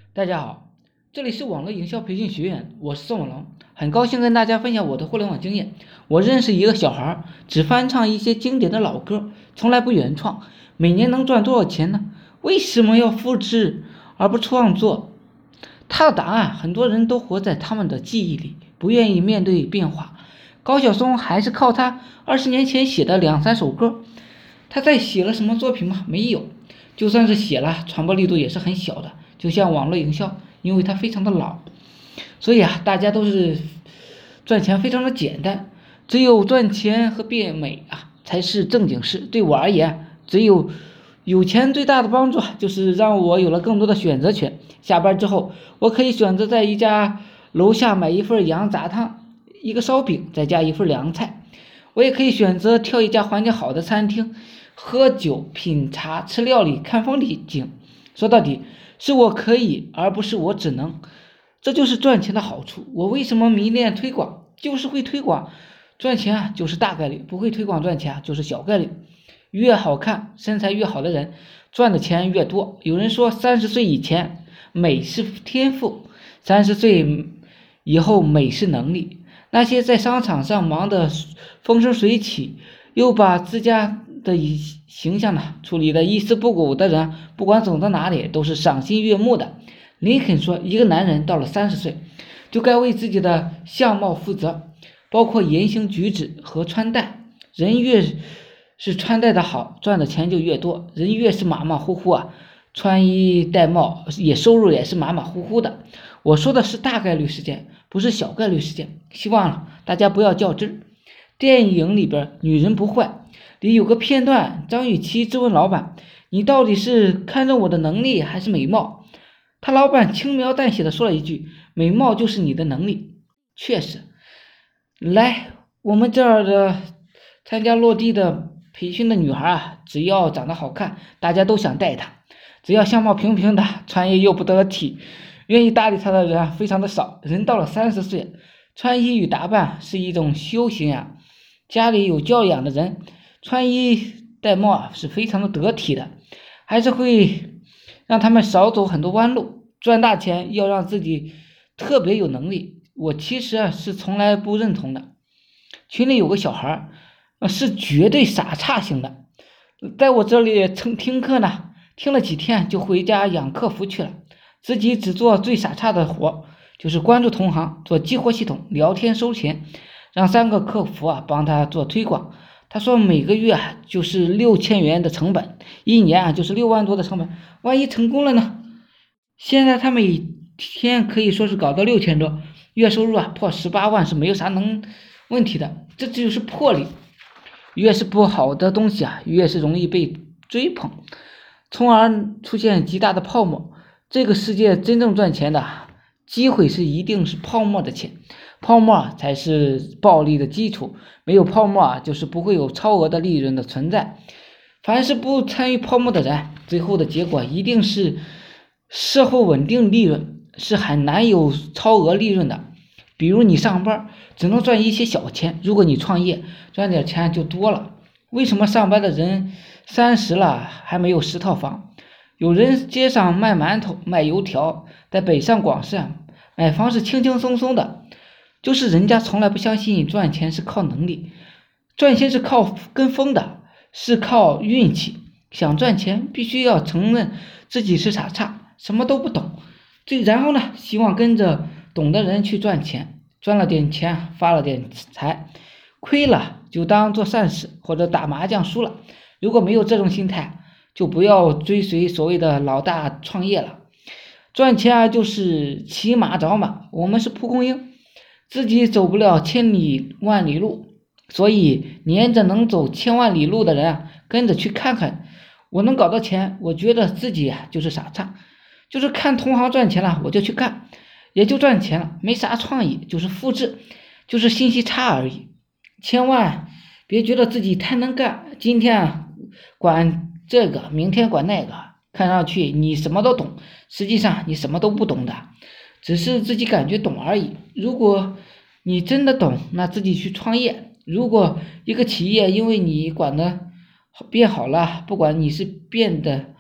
大家好，这里是网络营销培训学院，我是宋文龙，很高兴跟大家分享我的互联网经验。我认识一个小孩，只翻唱一些经典的老歌，从来不原创，每年能赚多少钱呢？为什么要复制而不创作？他的答案，很多人都活在他们的记忆里，不愿意面对变化。高晓松还是靠他20年前写的两三首歌，他在写了什么作品吗？没有，就算是写了，传播力度也是很小的。就像网络营销，因为它非常的老，所以大家都是赚钱非常的简单，只有赚钱和变美才是正经事。对我而言，有钱最大的帮助就是让我有了更多的选择权。下班之后，我可以选择在一家楼下买一份羊杂汤，一个烧饼，再加一份凉菜。我也可以选择挑一家环境好的餐厅，喝酒、品茶、吃料理、看风景。说到底，是我可以，而不是我只能。这就是赚钱的好处。我为什么迷恋推广？就是会推广，赚钱就是大概率；不会推广赚钱就是小概率。越好看、身材越好的人，赚的钱越多。有人说，30岁以前美是天赋，30岁以后美是能力。那些在商场上忙得风生水起，又把自家的形象处理得一丝不苟的人，不管走到哪里都是赏心悦目的。林肯说，一个男人到了30岁，就该为自己的相貌负责，包括言行举止和穿戴。人越是穿戴的好，赚的钱就越多；人越是马马虎虎穿衣戴帽，收入也是马马虎虎的。我说的是大概率事件，不是小概率事件。希望大家不要较真。电影里边《女人不坏》里有个片段，张雨绮质问老板：你到底是看中我的能力还是美貌？他老板轻描淡写的说了一句：美貌就是你的能力。确实，来我们这儿的参加落地的培训的女孩只要长得好看，大家都想带她；只要相貌平平的，穿衣又不得体，愿意搭理她的人非常的少。人到了30岁，穿衣与打扮是一种修行。家里有教养的人，穿衣戴帽是非常的得体的，还是会让他们少走很多弯路。赚大钱要让自己特别有能力，我其实是从来不认同的。群里有个小孩是绝对傻叉型的，在我这里听课呢，听了几天就回家养客服去了，自己只做最傻叉的活，就是关注同行，做激活系统，聊天收钱，让3个客服帮他做推广。他说每个月就是6000元的成本，一年就是6万多的成本，万一成功了呢？现在他每天可以说是搞到6000多，月收入破18万是没有啥问题的，这就是魄力。越是不好的东西越是容易被追捧，从而出现极大的泡沫。这个世界真正赚钱的机会一定是泡沫的钱，泡沫才是暴利的基础，没有泡沫就是不会有超额的利润的存在。凡是不参与泡沫的人，最后的结果一定是事后稳定利润，是很难有超额利润的。比如你上班只能赚一些小钱，如果你创业赚点钱就多了。为什么上班的人30了还没有10套房？有人街上卖馒头卖油条，在北上广深买房是轻轻松松的，就是人家从来不相信赚钱是靠能力，赚钱是靠跟风的，是靠运气。想赚钱必须要承认自己是傻叉，什么都不懂，然后呢，希望跟着懂的人去赚钱，赚了点钱发了点财，亏了就当做善事，或者打麻将输了。如果没有这种心态，就不要追随所谓的老大创业了。赚钱就是骑马找马，我们是蒲公英，自己走不了千里万里路，所以黏着能走千万里路的人跟着去看看。我能搞到钱，我觉得自己就是傻叉，就是看同行赚钱了我就去干，也就赚钱了，没啥创意，就是复制，就是信息差而已。千万别觉得自己太能干，今天管这个，明天管那个，看上去你什么都懂，实际上你什么都不懂的，只是自己感觉懂而已。如果你真的懂，那自己去创业。如果一个企业因为你管的变好了，不管你是变得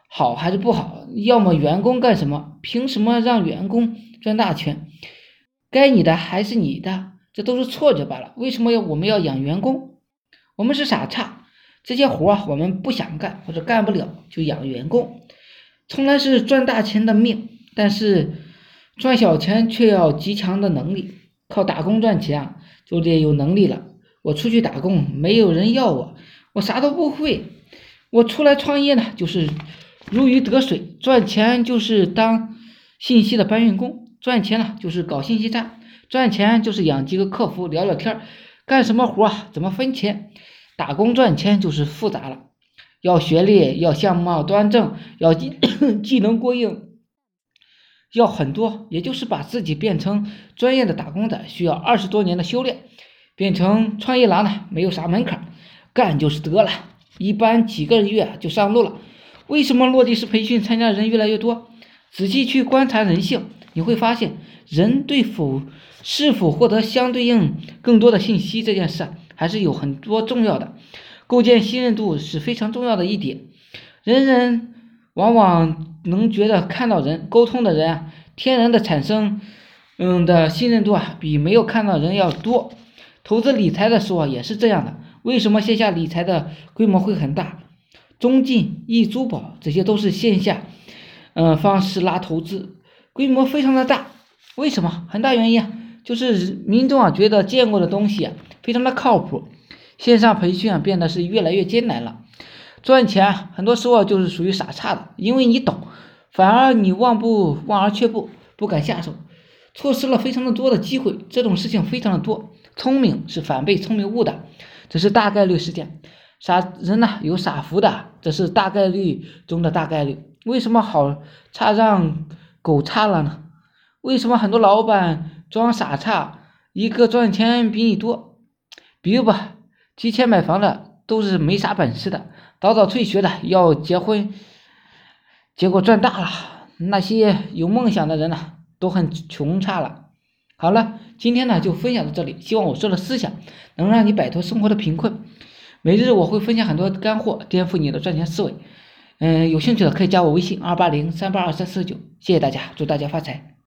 好还是不好，要么员工干什么，凭什么让员工赚大钱？该你的还是你的，这都是错觉罢了。为什么我们要养员工？我们是傻叉，这些活我们不想干或者干不了，就养员工。从来是赚大钱的命，但是赚小钱却要极强的能力。靠打工赚钱啊，就得有能力了。我出去打工，没有人要我，我啥都不会。我出来创业呢，就是如鱼得水，赚钱就是当信息的搬运工，赚钱了就是搞信息站，赚钱就是养几个客服聊聊天，干什么活啊？怎么分钱？打工赚钱就是复杂了，要学历，要相貌端正，要技能过硬，要很多，也就是把自己变成专业的打工仔，需要20多年的修炼。变成创业郎呢，没有啥门槛，干就是得了，一般几个月就上路了。为什么落地式培训参加人越来越多？仔细去观察人性，你会发现，人是否获得相对应更多的信息这件事还是有很多重要的。构建信任度是非常重要的一点。人往往能觉得看到人沟通的人啊，天然的产生的信任度啊，比没有看到人要多。投资理财的时候也是这样的。为什么线下理财的规模会很大？中信、易租宝这些都是线下方式拉投资，规模非常的大。为什么？很大原因就是民众觉得见过的东西非常的靠谱，线上培训变得是越来越艰难了。赚钱很多时候就是属于傻叉的，因为你懂，反而你望而却步，不敢下手，错失了非常的多的机会。这种事情非常的多。聪明是反被聪明误的，这是大概率事件。傻人有傻福的，这是大概率中的大概率。为什么好差让狗差了呢？为什么很多老板装傻叉，一个赚钱比你多？比如吧，提前买房的都是没啥本事的，早早退学的要结婚，结果赚大了。那些有梦想的人都很穷差了。好了，今天就分享到这里，希望我说的思想能让你摆脱生活的贫困。每日我会分享很多干货，颠覆你的赚钱思维。有兴趣的可以加我微信280-382-349，谢谢大家，祝大家发财。